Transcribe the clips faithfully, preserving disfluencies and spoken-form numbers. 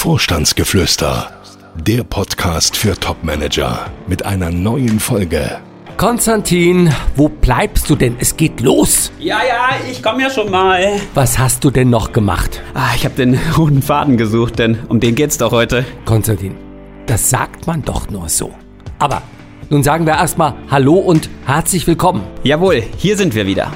Vorstandsgeflüster, der Podcast für Topmanager mit einer neuen Folge. Konstantin, wo bleibst du denn? Es geht los. Ja, ja, ich komme ja schon mal. Was hast du denn noch gemacht? Ah, ich habe den roten Faden gesucht, denn um den geht's doch heute. Konstantin, das sagt man doch nur so. Aber nun sagen wir erstmal Hallo und herzlich willkommen. Jawohl, hier sind wir wieder.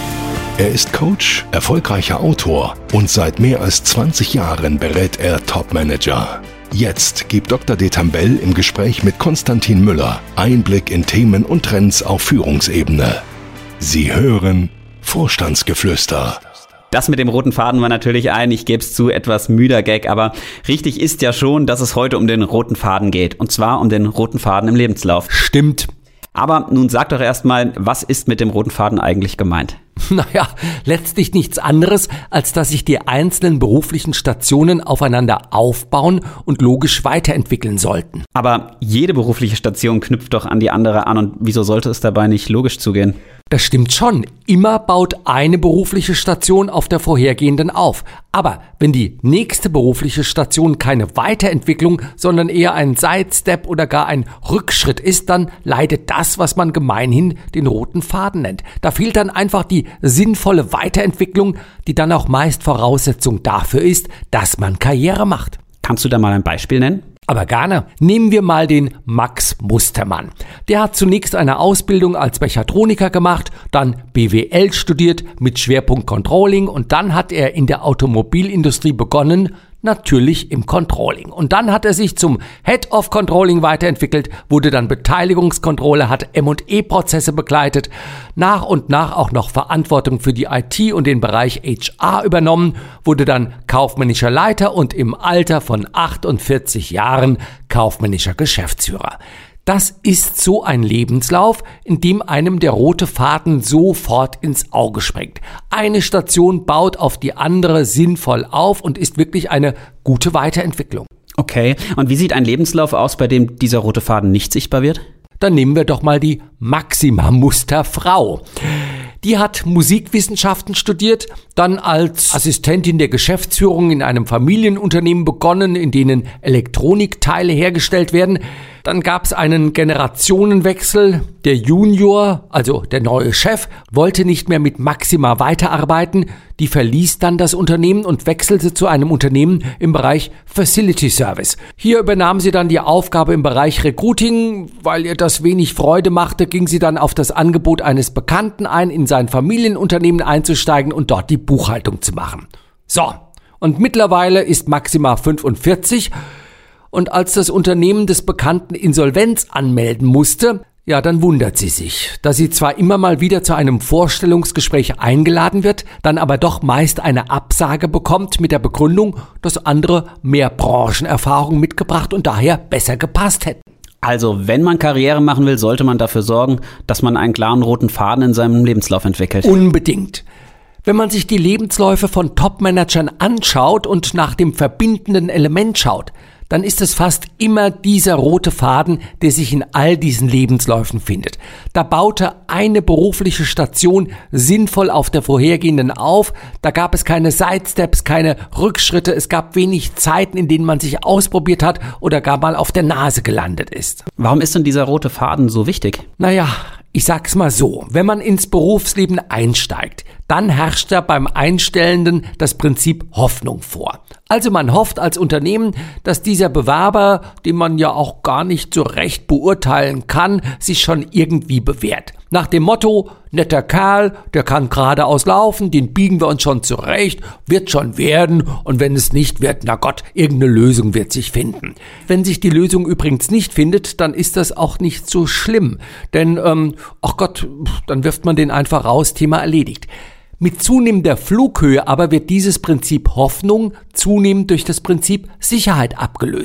Er ist Coach, erfolgreicher Autor und seit mehr als zwanzig Jahren berät er Topmanager. Jetzt gibt Doktor Detambell im Gespräch mit Konstantin Müller Einblick in Themen und Trends auf Führungsebene. Sie hören Vorstandsgeflüster. Das mit dem roten Faden war natürlich ein, ich gebe es zu, etwas müder Gag, aber richtig ist ja schon, dass es heute um den roten Faden geht. Und zwar um den roten Faden im Lebenslauf. Stimmt. Aber nun sag doch erstmal, was ist mit dem roten Faden eigentlich gemeint? Naja, letztlich nichts anderes, als dass sich die einzelnen beruflichen Stationen aufeinander aufbauen und logisch weiterentwickeln sollten. Aber jede berufliche Station knüpft doch an die andere an und wieso sollte es dabei nicht logisch zugehen? Das stimmt schon. Immer baut eine berufliche Station auf der vorhergehenden auf. Aber wenn die nächste berufliche Station keine Weiterentwicklung, sondern eher ein Sidestep oder gar ein Rückschritt ist, dann leidet das, was man gemeinhin den roten Faden nennt. Da fehlt dann einfach die sinnvolle Weiterentwicklung, die dann auch meist Voraussetzung dafür ist, dass man Karriere macht. Kannst du da mal ein Beispiel nennen? Aber gerne. Nehmen wir mal den Max Mustermann. Der hat zunächst eine Ausbildung als Mechatroniker gemacht, dann B W L studiert mit Schwerpunkt Controlling und dann hat er in der Automobilindustrie begonnen, natürlich im Controlling. Und dann hat er sich zum Head of Controlling weiterentwickelt, wurde dann Beteiligungskontrolle, hat M und E-Prozesse begleitet, nach und nach auch noch Verantwortung für die I T und den Bereich H R übernommen, wurde dann kaufmännischer Leiter und im Alter von achtundvierzig Jahren kaufmännischer Geschäftsführer. Das ist so ein Lebenslauf, in dem einem der rote Faden sofort ins Auge springt. Eine Station baut auf die andere sinnvoll auf und ist wirklich eine gute Weiterentwicklung. Okay, und wie sieht ein Lebenslauf aus, bei dem dieser rote Faden nicht sichtbar wird? Dann nehmen wir doch mal die Maxima Musterfrau. Die hat Musikwissenschaften studiert, dann als Assistentin der Geschäftsführung in einem Familienunternehmen begonnen, in denen Elektronikteile hergestellt werden. Dann gab es einen Generationenwechsel. Der Junior, also der neue Chef, wollte nicht mehr mit Maxima weiterarbeiten. Die verließ dann das Unternehmen und wechselte zu einem Unternehmen im Bereich Facility Service. Hier übernahm sie dann die Aufgabe im Bereich Recruiting. Weil ihr das wenig Freude machte, ging sie dann auf das Angebot eines Bekannten ein, in sein Familienunternehmen einzusteigen und dort die Buchhaltung zu machen. So, und mittlerweile ist Maxima fünfundvierzig. Und als das Unternehmen des Bekannten Insolvenz anmelden musste, ja, dann wundert sie sich, dass sie zwar immer mal wieder zu einem Vorstellungsgespräch eingeladen wird, dann aber doch meist eine Absage bekommt mit der Begründung, dass andere mehr Branchenerfahrung mitgebracht und daher besser gepasst hätten. Also, wenn man Karriere machen will, sollte man dafür sorgen, dass man einen klaren roten Faden in seinem Lebenslauf entwickelt. Unbedingt. Wenn man sich die Lebensläufe von Topmanagern anschaut und nach dem verbindenden Element schaut, dann ist es fast immer dieser rote Faden, der sich in all diesen Lebensläufen findet. Da baute eine berufliche Station sinnvoll auf der vorhergehenden auf, da gab es keine Sidesteps, keine Rückschritte, es gab wenig Zeiten, in denen man sich ausprobiert hat oder gar mal auf der Nase gelandet ist. Warum ist denn dieser rote Faden so wichtig? Naja, ich sag's mal so, wenn man ins Berufsleben einsteigt, dann herrscht da beim Einstellenden das Prinzip Hoffnung vor. Also man hofft als Unternehmen, dass dieser Bewerber, den man ja auch gar nicht so recht beurteilen kann, sich schon irgendwie bewährt. Nach dem Motto, netter Kerl, der kann geradeaus laufen, den biegen wir uns schon zurecht, wird schon werden und wenn es nicht wird, na Gott, irgendeine Lösung wird sich finden. Wenn sich die Lösung übrigens nicht findet, dann ist das auch nicht so schlimm, denn, ähm, ach Gott, dann wirft man den einfach raus, Thema erledigt. Mit zunehmender Flughöhe aber wird dieses Prinzip Hoffnung zunehmend durch das Prinzip Sicherheit abgelöst.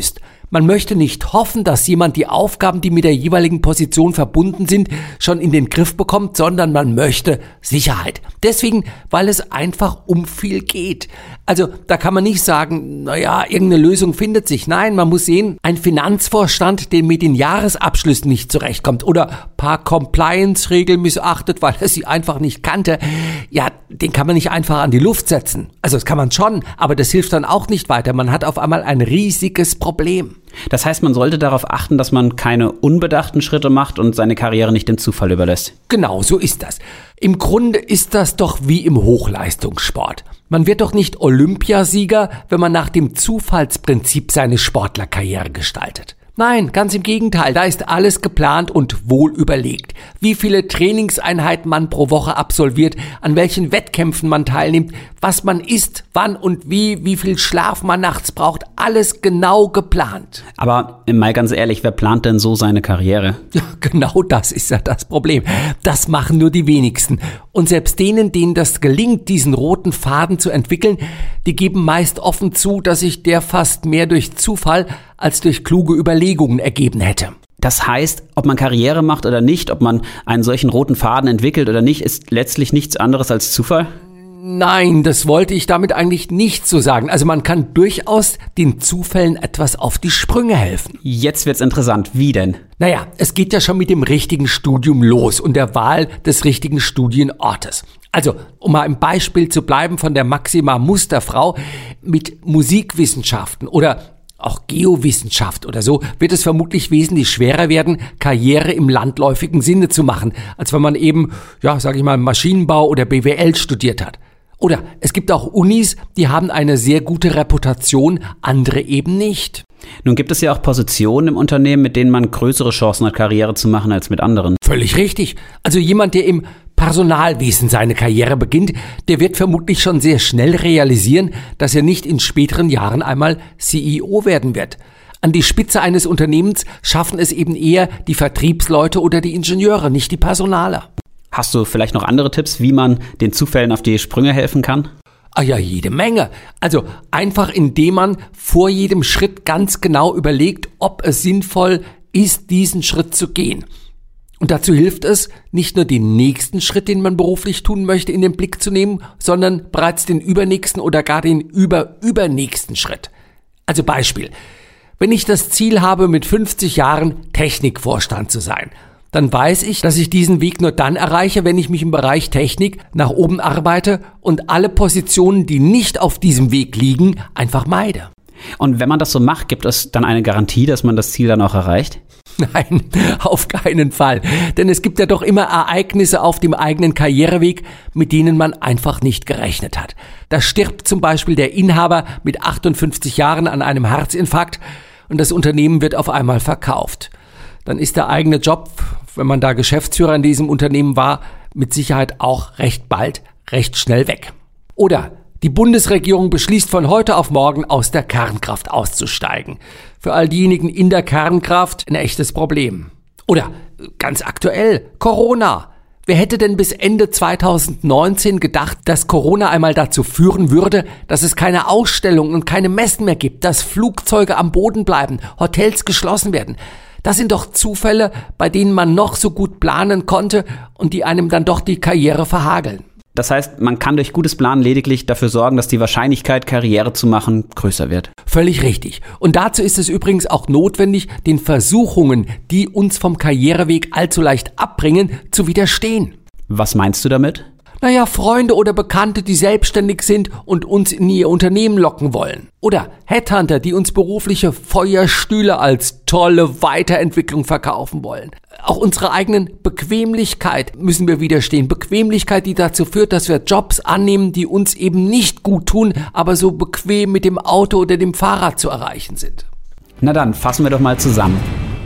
Man möchte nicht hoffen, dass jemand die Aufgaben, die mit der jeweiligen Position verbunden sind, schon in den Griff bekommt, sondern man möchte Sicherheit. Deswegen, weil es einfach um viel geht. Also da kann man nicht sagen, naja, irgendeine Lösung findet sich. Nein, man muss sehen, ein Finanzvorstand, der mit den Jahresabschlüssen nicht zurechtkommt oder ein paar Compliance-Regeln missachtet, weil er sie einfach nicht kannte, ja, den kann man nicht einfach an die Luft setzen. Also das kann man schon, aber das hilft dann auch nicht weiter. Man hat auf einmal ein riesiges Problem. Das heißt, man sollte darauf achten, dass man keine unbedachten Schritte macht und seine Karriere nicht dem Zufall überlässt. Genau, so ist das. Im Grunde ist das doch wie im Hochleistungssport. Man wird doch nicht Olympiasieger, wenn man nach dem Zufallsprinzip seine Sportlerkarriere gestaltet. Nein, ganz im Gegenteil, da ist alles geplant und wohl überlegt. Wie viele Trainingseinheiten man pro Woche absolviert, an welchen Wettkämpfen man teilnimmt, was man isst, wann und wie, wie viel Schlaf man nachts braucht, alles genau geplant. Aber mal ganz ehrlich, wer plant denn so seine Karriere? Ja, genau das ist ja das Problem. Das machen nur die wenigsten. Und selbst denen, denen das gelingt, diesen roten Faden zu entwickeln, die geben meist offen zu, dass sich der fast mehr durch Zufall als durch kluge Überlegungen ergeben hätte. Das heißt, ob man Karriere macht oder nicht, ob man einen solchen roten Faden entwickelt oder nicht, ist letztlich nichts anderes als Zufall? Nein, das wollte ich damit eigentlich nicht so sagen. Also man kann durchaus den Zufällen etwas auf die Sprünge helfen. Jetzt wird's interessant. Wie denn? Naja, es geht ja schon mit dem richtigen Studium los und der Wahl des richtigen Studienortes. Also, um mal im Beispiel zu bleiben von der Maxima Musterfrau, mit Musikwissenschaften oder auch Geowissenschaft oder so, wird es vermutlich wesentlich schwerer werden, Karriere im landläufigen Sinne zu machen, als wenn man eben, ja, sag ich mal, Maschinenbau oder B W L studiert hat. Oder es gibt auch Unis, die haben eine sehr gute Reputation, andere eben nicht. Nun gibt es ja auch Positionen im Unternehmen, mit denen man größere Chancen hat, Karriere zu machen als mit anderen. Völlig richtig. Also jemand, der im Personalwesen seine Karriere beginnt, der wird vermutlich schon sehr schnell realisieren, dass er nicht in späteren Jahren einmal C E O werden wird. An die Spitze eines Unternehmens schaffen es eben eher die Vertriebsleute oder die Ingenieure, nicht die Personaler. Hast du vielleicht noch andere Tipps, wie man den Zufällen auf die Sprünge helfen kann? Ah ja, jede Menge. Also einfach indem man vor jedem Schritt ganz genau überlegt, ob es sinnvoll ist, diesen Schritt zu gehen. Und dazu hilft es, nicht nur den nächsten Schritt, den man beruflich tun möchte, in den Blick zu nehmen, sondern bereits den übernächsten oder gar den über-übernächsten Schritt. Also Beispiel. Wenn ich das Ziel habe, mit fünfzig Jahren Technikvorstand zu sein, dann weiß ich, dass ich diesen Weg nur dann erreiche, wenn ich mich im Bereich Technik nach oben arbeite und alle Positionen, die nicht auf diesem Weg liegen, einfach meide. Und wenn man das so macht, gibt es dann eine Garantie, dass man das Ziel dann auch erreicht? Nein, auf keinen Fall. Denn es gibt ja doch immer Ereignisse auf dem eigenen Karriereweg, mit denen man einfach nicht gerechnet hat. Da stirbt zum Beispiel der Inhaber mit achtundfünfzig Jahren an einem Herzinfarkt und das Unternehmen wird auf einmal verkauft. Dann ist der eigene Job, wenn man da Geschäftsführer in diesem Unternehmen war, mit Sicherheit auch recht bald, recht schnell weg. Oder die Bundesregierung beschließt von heute auf morgen aus der Kernkraft auszusteigen. Für all diejenigen in der Kernkraft ein echtes Problem. Oder ganz aktuell, Corona. Wer hätte denn bis Ende zweitausendneunzehn gedacht, dass Corona einmal dazu führen würde, dass es keine Ausstellungen und keine Messen mehr gibt, dass Flugzeuge am Boden bleiben, Hotels geschlossen werden? Das sind doch Zufälle, bei denen man noch so gut planen konnte und die einem dann doch die Karriere verhageln. Das heißt, man kann durch gutes Planen lediglich dafür sorgen, dass die Wahrscheinlichkeit, Karriere zu machen, größer wird. Völlig richtig. Und dazu ist es übrigens auch notwendig, den Versuchungen, die uns vom Karriereweg allzu leicht abbringen, zu widerstehen. Was meinst du damit? Naja, Freunde oder Bekannte, die selbstständig sind und uns in ihr Unternehmen locken wollen. Oder Headhunter, die uns berufliche Feuerstühle als tolle Weiterentwicklung verkaufen wollen. Auch unserer eigenen Bequemlichkeit müssen wir widerstehen. Bequemlichkeit, die dazu führt, dass wir Jobs annehmen, die uns eben nicht gut tun, aber so bequem mit dem Auto oder dem Fahrrad zu erreichen sind. Na dann, fassen wir doch mal zusammen.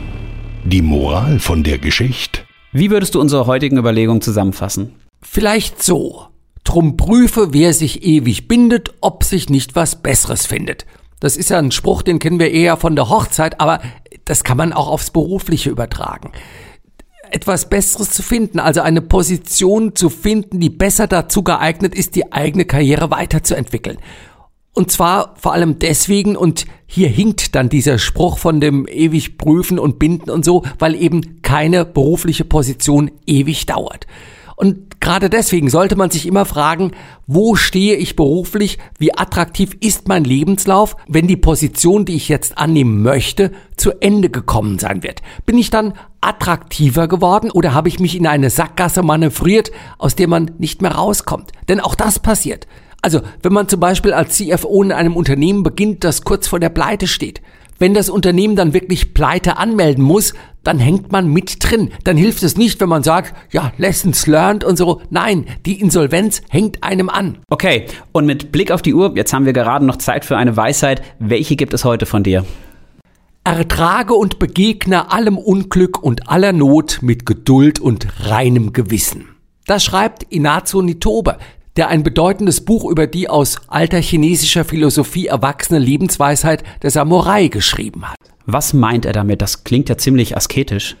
Die Moral von der Geschichte? Wie würdest du unsere heutigen Überlegungen zusammenfassen? Vielleicht so. Drum prüfe, wer sich ewig bindet, ob sich nicht was Besseres findet. Das ist ja ein Spruch, den kennen wir eher von der Hochzeit, aber das kann man auch aufs Berufliche übertragen. Etwas Besseres zu finden, also eine Position zu finden, die besser dazu geeignet ist, die eigene Karriere weiterzuentwickeln. Und zwar vor allem deswegen, und hier hinkt dann dieser Spruch von dem ewig prüfen und binden und so, weil eben keine berufliche Position ewig dauert. Und gerade deswegen sollte man sich immer fragen, wo stehe ich beruflich, wie attraktiv ist mein Lebenslauf, wenn die Position, die ich jetzt annehmen möchte, zu Ende gekommen sein wird. Bin ich dann attraktiver geworden oder habe ich mich in eine Sackgasse manövriert, aus der man nicht mehr rauskommt? Denn auch das passiert. Also, wenn man zum Beispiel als C F O in einem Unternehmen beginnt, das kurz vor der Pleite steht. Wenn das Unternehmen dann wirklich Pleite anmelden muss, dann hängt man mit drin. Dann hilft es nicht, wenn man sagt, ja, Lessons learned und so. Nein, die Insolvenz hängt einem an. Okay, und mit Blick auf die Uhr, jetzt haben wir gerade noch Zeit für eine Weisheit. Welche gibt es heute von dir? Ertrage und begegne allem Unglück und aller Not mit Geduld und reinem Gewissen. Das schreibt Inazo Nitobe, der ein bedeutendes Buch über die aus alter chinesischer Philosophie erwachsene Lebensweisheit der Samurai geschrieben hat. Was meint er damit? Das klingt ja ziemlich asketisch.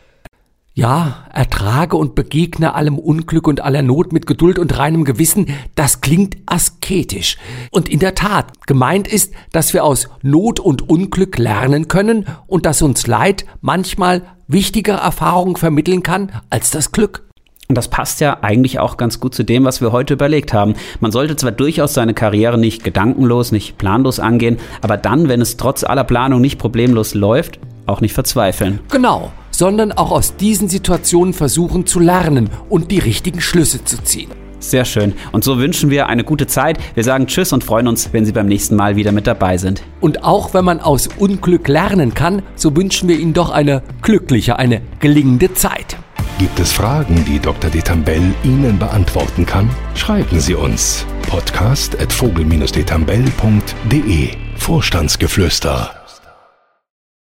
Ja, ertrage und begegne allem Unglück und aller Not mit Geduld und reinem Gewissen, das klingt asketisch. Und in der Tat, gemeint ist, dass wir aus Not und Unglück lernen können und dass uns Leid manchmal wichtigere Erfahrungen vermitteln kann als das Glück. Und das passt ja eigentlich auch ganz gut zu dem, was wir heute überlegt haben. Man sollte zwar durchaus seine Karriere nicht gedankenlos, nicht planlos angehen, aber dann, wenn es trotz aller Planung nicht problemlos läuft, auch nicht verzweifeln. Genau, sondern auch aus diesen Situationen versuchen zu lernen und die richtigen Schlüsse zu ziehen. Sehr schön. Und so wünschen wir eine gute Zeit. Wir sagen Tschüss und freuen uns, wenn Sie beim nächsten Mal wieder mit dabei sind. Und auch wenn man aus Unglück lernen kann, so wünschen wir Ihnen doch eine glückliche, eine gelingende Zeit. Gibt es Fragen, die Doktor Detambell Ihnen beantworten kann? Schreiben Sie uns. podcast at vogel Bindestrich detambell punkt de. Vorstandsgeflüster.